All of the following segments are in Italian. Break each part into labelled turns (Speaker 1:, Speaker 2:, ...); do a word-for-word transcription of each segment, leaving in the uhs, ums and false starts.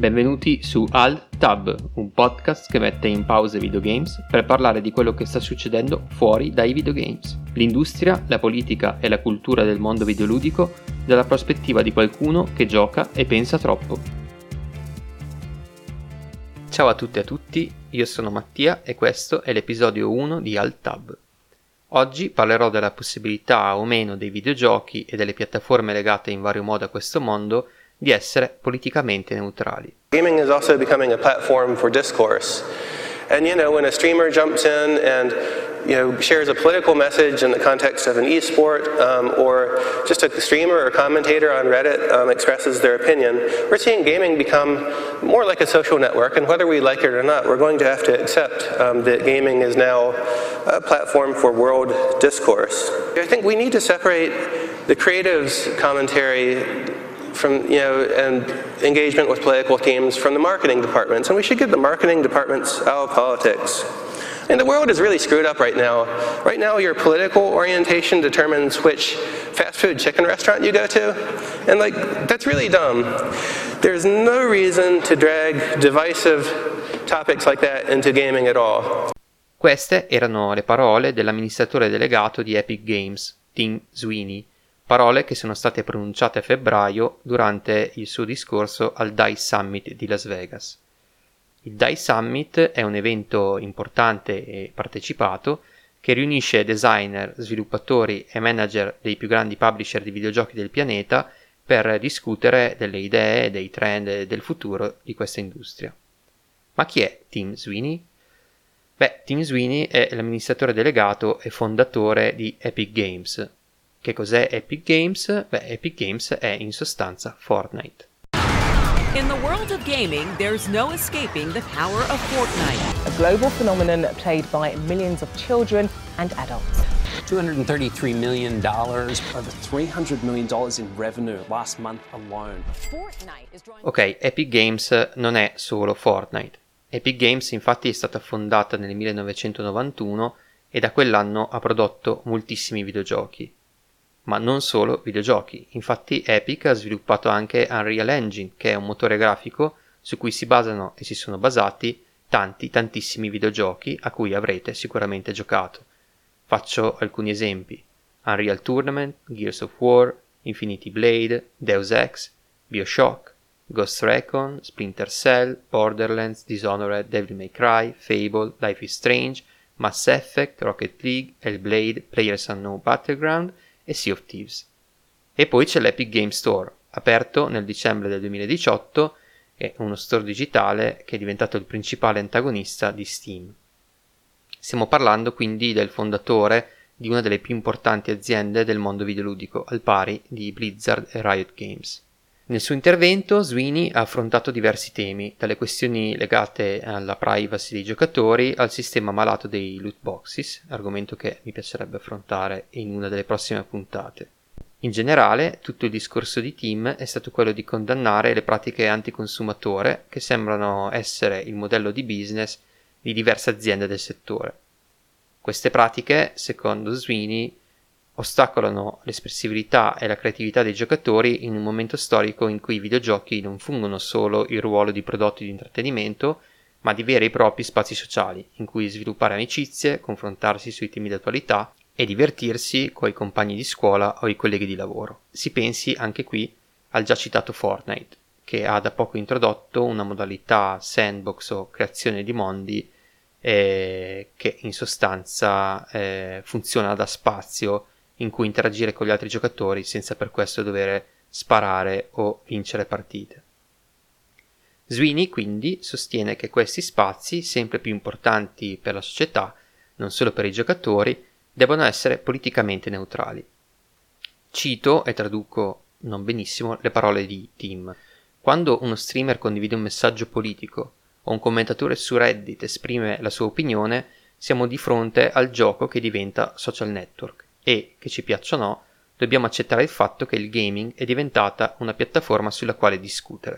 Speaker 1: Benvenuti su Alt Tab, un podcast che mette in pausa i videogames per parlare di quello che sta succedendo fuori dai videogames. L'industria, la politica e la cultura del mondo videoludico dalla prospettiva di qualcuno che gioca e pensa troppo. Ciao a tutte e a tutti, io sono Mattia e questo è l'episodio uno di Alt Tab. Oggi parlerò della possibilità o meno dei videogiochi e delle piattaforme legate in vario modo a questo mondo di essere politicamente neutrali.
Speaker 2: Gaming is also becoming a platform for discourse. And you know, when a streamer jumps in and you know shares a political message in the context of an esport, um, or just a streamer or commentator on Reddit um, expresses their opinion, we're seeing gaming become more like a social network. And whether we like it or not, we're going to have to accept um, that gaming is now a platform for world discourse. I think we need to separate the creatives' commentary from, you know, and engagement with political teams from the marketing departments, and we should give the marketing departments our politics. And the world is really screwed up right now. Right now, your political orientation determines which fast food chicken restaurant you go to, and like, that's really dumb. There's no reason to drag divisive topics like that into gaming at all.
Speaker 1: Queste erano le parole dell'amministratore delegato di Epic Games, Tim Sweeney, parole che sono state pronunciate a febbraio durante il suo discorso al D I C E Summit di Las Vegas. Il D I C E Summit è un evento importante e partecipato che riunisce designer, sviluppatori e manager dei più grandi publisher di videogiochi del pianeta per discutere delle idee, dei trend e del futuro di questa industria. Ma chi è Tim Sweeney? Beh, Tim Sweeney è l'amministratore delegato e fondatore di Epic Games. Che cos'è Epic Games? Beh, Epic Games è in sostanza Fortnite.
Speaker 3: In the world of gaming, there's no escaping the power of Fortnite.
Speaker 4: A global phenomenon played by millions of children and adults.
Speaker 5: two hundred thirty-three million dollars.
Speaker 6: Over three hundred million dollars in revenue last month alone.
Speaker 3: Fortnite is drawing...
Speaker 1: Ok, Epic Games non è solo Fortnite. Epic Games infatti è stata fondata nel millenovecentonovantuno e da quell'anno ha prodotto moltissimi videogiochi. Ma non solo videogiochi, infatti Epic ha sviluppato anche Unreal Engine, che è un motore grafico su cui si basano e si sono basati tanti tantissimi videogiochi a cui avrete sicuramente giocato. Faccio alcuni esempi: Unreal Tournament, Gears of War, Infinity Blade, Deus Ex, BioShock, Ghost Recon, Splinter Cell, Borderlands, Dishonored, Devil May Cry, Fable, Life is Strange, Mass Effect, Rocket League, Hellblade, PlayerUnknown's Battleground e Sea of Thieves. E poi c'è l'Epic Game Store, aperto nel dicembre del duemiladiciotto, è uno store digitale che è diventato il principale antagonista di Steam. Stiamo parlando quindi del fondatore di una delle più importanti aziende del mondo videoludico, al pari di Blizzard e Riot Games. Nel suo intervento Sweeney ha affrontato diversi temi, dalle questioni legate alla privacy dei giocatori al sistema malato dei loot boxes, argomento che mi piacerebbe affrontare in una delle prossime puntate. In generale, tutto il discorso di Tim è stato quello di condannare le pratiche anticonsumatore che sembrano essere il modello di business di diverse aziende del settore. Queste pratiche, secondo Sweeney, ostacolano l'espressibilità e la creatività dei giocatori in un momento storico in cui i videogiochi non fungono solo il ruolo di prodotti di intrattenimento, ma di veri e propri spazi sociali, in cui sviluppare amicizie, confrontarsi sui temi d'attualità e divertirsi coi compagni di scuola o i colleghi di lavoro. Si pensi anche qui al già citato Fortnite, che ha da poco introdotto una modalità sandbox o creazione di mondi eh, che in sostanza eh, funziona da spazio in cui interagire con gli altri giocatori senza per questo dover sparare o vincere partite. Sweeney quindi sostiene che questi spazi, sempre più importanti per la società, non solo per i giocatori, debbano essere politicamente neutrali. Cito e traduco non benissimo le parole di Tim. Quando uno streamer condivide un messaggio politico o un commentatore su Reddit esprime la sua opinione, siamo di fronte al gioco che diventa social network. E, che ci piaccia o no, dobbiamo accettare il fatto che il gaming è diventata una piattaforma sulla quale discutere.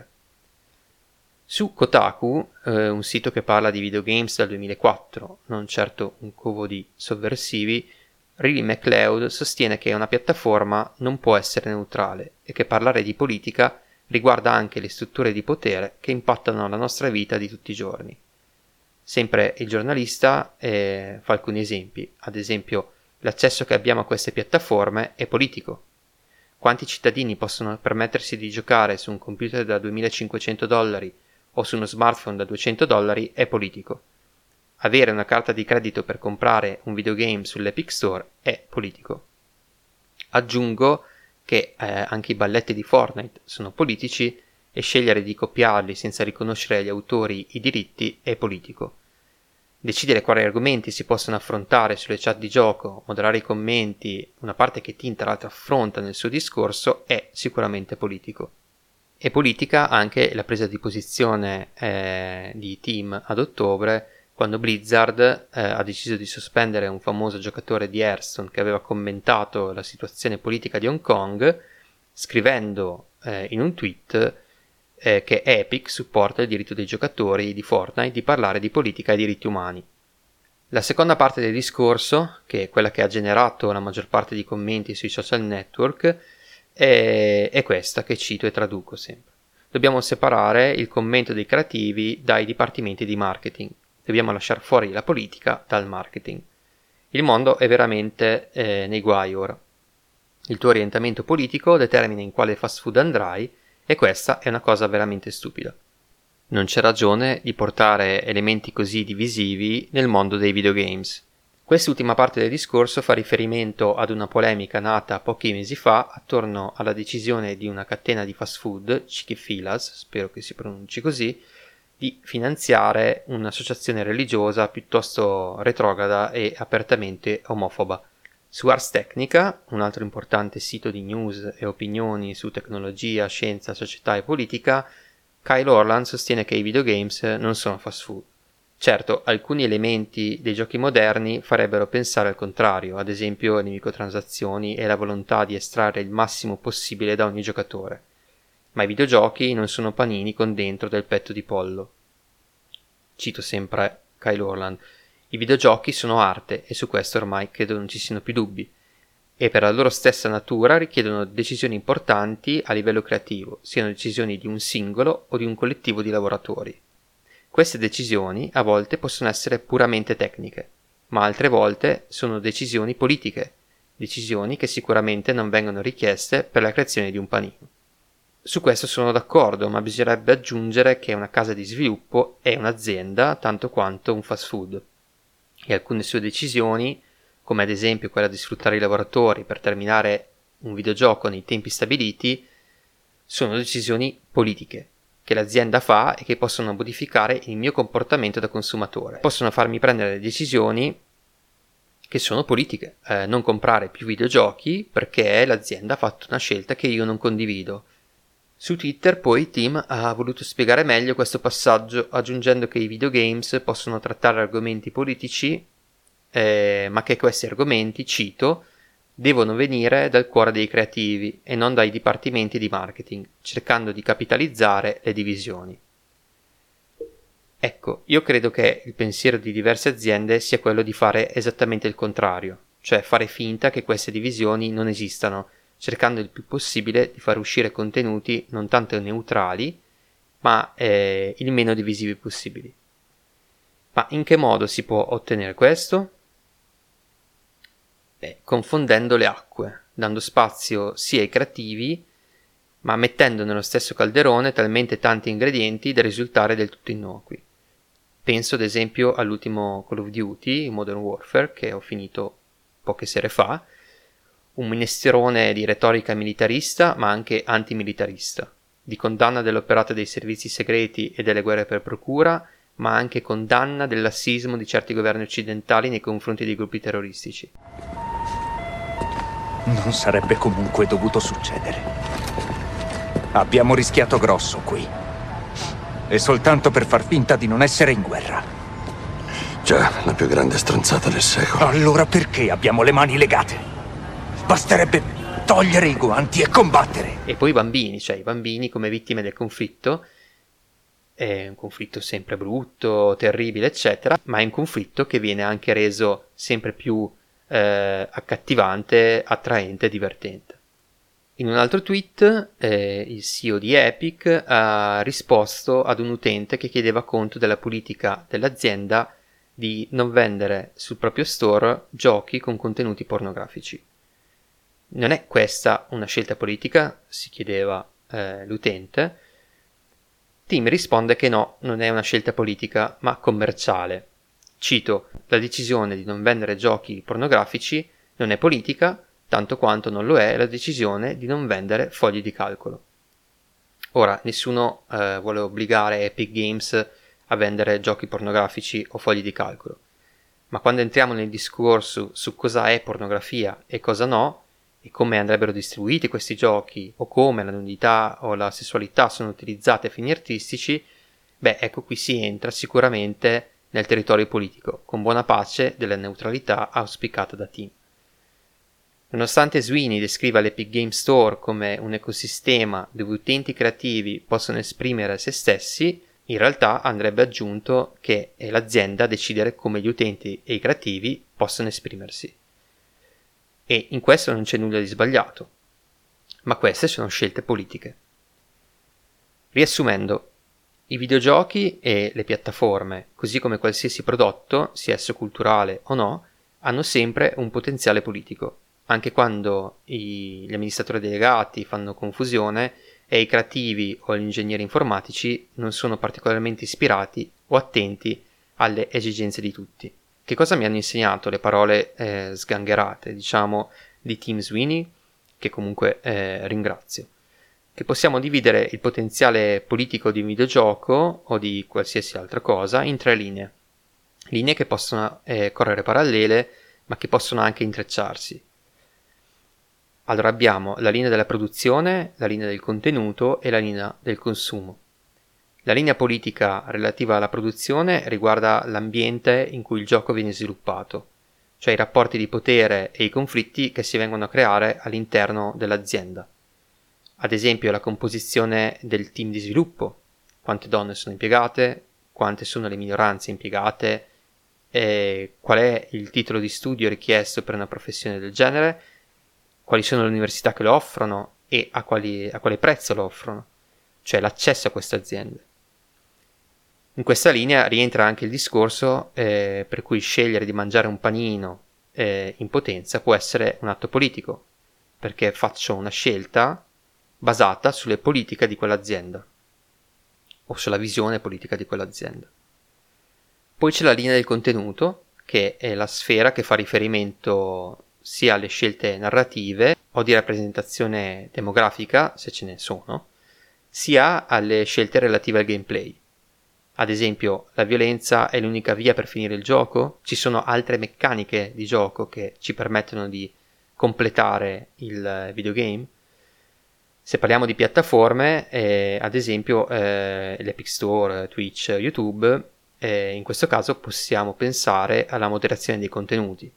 Speaker 1: Su Kotaku, eh, un sito che parla di videogames dal duemilaquattro, non certo un covo di sovversivi, Riley McLeod sostiene che una piattaforma non può essere neutrale e che parlare di politica riguarda anche le strutture di potere che impattano la nostra vita di tutti i giorni. Sempre il giornalista eh, fa alcuni esempi, ad esempio l'accesso che abbiamo a queste piattaforme è politico. Quanti cittadini possono permettersi di giocare su un computer da duemilacinquecento dollari o su uno smartphone da duecento dollari è politico. Avere una carta di credito per comprare un videogame sull'Epic Store è politico. Aggiungo che eh, anche i balletti di Fortnite sono politici e scegliere di copiarli senza riconoscere agli autori i diritti è politico. Decidere quali argomenti si possono affrontare sulle chat di gioco, moderare i commenti, una parte che Tim tra l'altro affronta nel suo discorso, è sicuramente politico. È politica anche la presa di posizione eh, di Tim ad ottobre, quando Blizzard eh, ha deciso di sospendere un famoso giocatore di Hearthstone che aveva commentato la situazione politica di Hong Kong, scrivendo eh, in un tweet eh, che Epic supporta il diritto dei giocatori di Fortnite di parlare di politica e diritti umani. La seconda parte del discorso, che è quella che ha generato la maggior parte di commenti sui social network, è, è questa che cito e traduco sempre. Dobbiamo separare il commento dei creativi dai dipartimenti di marketing. Dobbiamo lasciare fuori la politica dal marketing. Il mondo è veramente eh, nei guai ora. Il tuo orientamento politico determina in quale fast food andrai e questa è una cosa veramente stupida. Non c'è ragione di portare elementi così divisivi nel mondo dei videogames. Quest'ultima parte del discorso fa riferimento ad una polemica nata pochi mesi fa attorno alla decisione di una catena di fast food, Chick-fil-A, spero che si pronunci così, di finanziare un'associazione religiosa piuttosto retrograda e apertamente omofoba. Su Ars Technica, un altro importante sito di news e opinioni su tecnologia, scienza, società e politica, Kyle Orland sostiene che i videogames non sono fast food. Certo, alcuni elementi dei giochi moderni farebbero pensare al contrario, ad esempio le microtransazioni e la volontà di estrarre il massimo possibile da ogni giocatore. Ma i videogiochi non sono panini con dentro del petto di pollo. Cito sempre Kyle Orland. I videogiochi sono arte e su questo ormai credo non ci siano più dubbi. E per la loro stessa natura richiedono decisioni importanti a livello creativo, siano decisioni di un singolo o di un collettivo di lavoratori. Queste decisioni a volte possono essere puramente tecniche, ma altre volte sono decisioni politiche, decisioni che sicuramente non vengono richieste per la creazione di un panino. Su questo sono d'accordo, ma bisognerebbe aggiungere che una casa di sviluppo è un'azienda tanto quanto un fast food, e alcune sue decisioni, come ad esempio quella di sfruttare i lavoratori per terminare un videogioco nei tempi stabiliti, sono decisioni politiche che l'azienda fa e che possono modificare il mio comportamento da consumatore. Possono farmi prendere decisioni che sono politiche, eh, non comprare più videogiochi perché l'azienda ha fatto una scelta che io non condivido. Su Twitter poi Tim ha voluto spiegare meglio questo passaggio aggiungendo che i videogames possono trattare argomenti politici, eh, ma che questi argomenti, cito, devono venire dal cuore dei creativi e non dai dipartimenti di marketing, cercando di capitalizzare le divisioni. Ecco, io credo che il pensiero di diverse aziende sia quello di fare esattamente il contrario, cioè fare finta che queste divisioni non esistano, cercando il più possibile di far uscire contenuti non tanto neutrali, ma eh, il meno divisivi possibili. Ma in che modo si può ottenere questo? Beh, confondendo le acque, dando spazio sia ai creativi, ma mettendo nello stesso calderone talmente tanti ingredienti da risultare del tutto innocui. Penso ad esempio all'ultimo Call of Duty, Modern Warfare, che ho finito poche sere fa, un minestrone di retorica militarista ma anche antimilitarista, di condanna dell'operato dei servizi segreti e delle guerre per procura, ma anche condanna del lassismo di certi governi occidentali nei confronti dei gruppi terroristici.
Speaker 7: Non sarebbe comunque dovuto succedere. Abbiamo rischiato grosso qui. E soltanto per far finta di non essere in guerra.
Speaker 8: Già, la più grande stronzata del secolo.
Speaker 7: Allora perché abbiamo le mani legate? Basterebbe togliere i guanti e combattere.
Speaker 1: E poi i bambini, cioè i bambini come vittime del conflitto. È un conflitto sempre brutto, terribile, eccetera, ma è un conflitto che viene anche reso sempre più eh, accattivante, attraente e divertente. In un altro tweet eh, il C E O di Epic ha risposto ad un utente che chiedeva conto della politica dell'azienda di non vendere sul proprio store giochi con contenuti pornografici. Non è questa una scelta politica? Si chiedeva eh, l'utente. Tim risponde che no, non è una scelta politica, ma commerciale. Cito: la decisione di non vendere giochi pornografici non è politica, tanto quanto non lo è la decisione di non vendere fogli di calcolo. Ora, nessuno eh, vuole obbligare Epic Games a vendere giochi pornografici o fogli di calcolo, ma quando entriamo nel discorso su cosa è pornografia e cosa no, e come andrebbero distribuiti questi giochi, o come la nudità o la sessualità sono utilizzate a fini artistici, beh, ecco qui si entra sicuramente nel territorio politico, con buona pace della neutralità auspicata da Tim. Nonostante Sweeney descriva l'Epic Game Store come un ecosistema dove utenti creativi possono esprimere se stessi, in realtà andrebbe aggiunto che è l'azienda a decidere come gli utenti e i creativi possono esprimersi. E in questo non c'è nulla di sbagliato, ma queste sono scelte politiche. Riassumendo, i videogiochi e le piattaforme, così come qualsiasi prodotto, sia esso culturale o no, hanno sempre un potenziale politico, anche quando i, gli amministratori delegati fanno confusione e i creativi o gli ingegneri informatici non sono particolarmente ispirati o attenti alle esigenze di tutti. Che cosa mi hanno insegnato le parole eh, sgangherate, diciamo, di Tim Sweeney, che comunque eh, ringrazio? Che possiamo dividere il potenziale politico di un videogioco o di qualsiasi altra cosa in tre linee. Linee che possono eh, correre parallele, ma che possono anche intrecciarsi. Allora abbiamo la linea della produzione, la linea del contenuto e la linea del consumo. La linea politica relativa alla produzione riguarda l'ambiente in cui il gioco viene sviluppato, cioè i rapporti di potere e i conflitti che si vengono a creare all'interno dell'azienda. Ad esempio la composizione del team di sviluppo, quante donne sono impiegate, quante sono le minoranze impiegate, e qual è il titolo di studio richiesto per una professione del genere, quali sono le università che lo offrono e a, quali, a quale prezzo lo offrono, cioè l'accesso a queste aziende. In questa linea rientra anche il discorso eh, per cui scegliere di mangiare un panino eh, in potenza può essere un atto politico, perché faccio una scelta basata sulle politiche di quell'azienda o sulla visione politica di quell'azienda. Poi c'è la linea del contenuto, che è la sfera che fa riferimento sia alle scelte narrative o di rappresentazione demografica, se ce ne sono, sia alle scelte relative al gameplay. Ad esempio, la violenza è l'unica via per finire il gioco? Ci sono altre meccaniche di gioco che ci permettono di completare il videogame? Se parliamo di piattaforme, eh, ad esempio eh, l'Epic Store, Twitch, YouTube, eh, in questo caso possiamo pensare alla moderazione dei contenuti.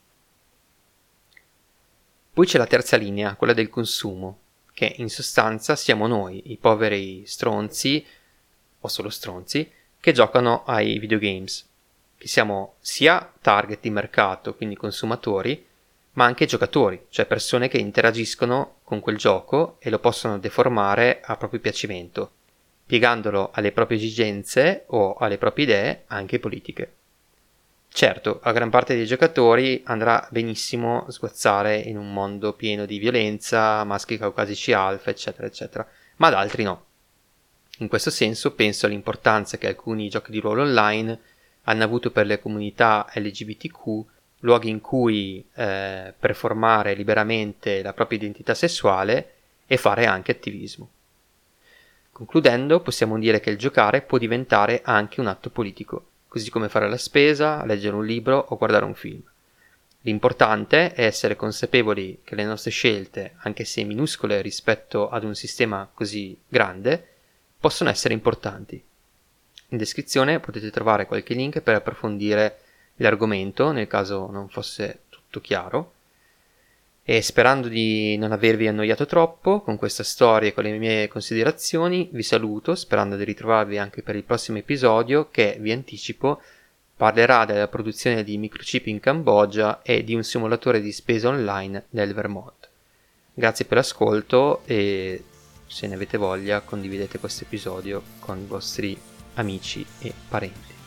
Speaker 1: Poi c'è la terza linea, quella del consumo, che in sostanza siamo noi, i poveri stronzi, o solo stronzi, che giocano ai videogames, che siamo sia target di mercato, quindi consumatori, ma anche giocatori, cioè persone che interagiscono con quel gioco e lo possono deformare a proprio piacimento, piegandolo alle proprie esigenze o alle proprie idee, anche politiche. Certo, a gran parte dei giocatori andrà benissimo sguazzare in un mondo pieno di violenza, maschi caucasici alfa, eccetera, eccetera, ma ad altri no. In questo senso penso all'importanza che alcuni giochi di ruolo online hanno avuto per le comunità L G B T Q, luoghi in cui eh, performare liberamente la propria identità sessuale e fare anche attivismo. Concludendo, possiamo dire che il giocare può diventare anche un atto politico, così come fare la spesa, leggere un libro o guardare un film. L'importante è essere consapevoli che le nostre scelte, anche se minuscole rispetto ad un sistema così grande, possono essere importanti. In descrizione potete trovare qualche link per approfondire l'argomento nel caso non fosse tutto chiaro, e sperando di non avervi annoiato troppo con questa storia e con le mie considerazioni, vi saluto sperando di ritrovarvi anche per il prossimo episodio che, vi anticipo, parlerà della produzione di microchip in Cambogia e di un simulatore di spesa online nel Vermont. Grazie per l'ascolto e se ne avete voglia condividete questo episodio con i vostri amici e parenti.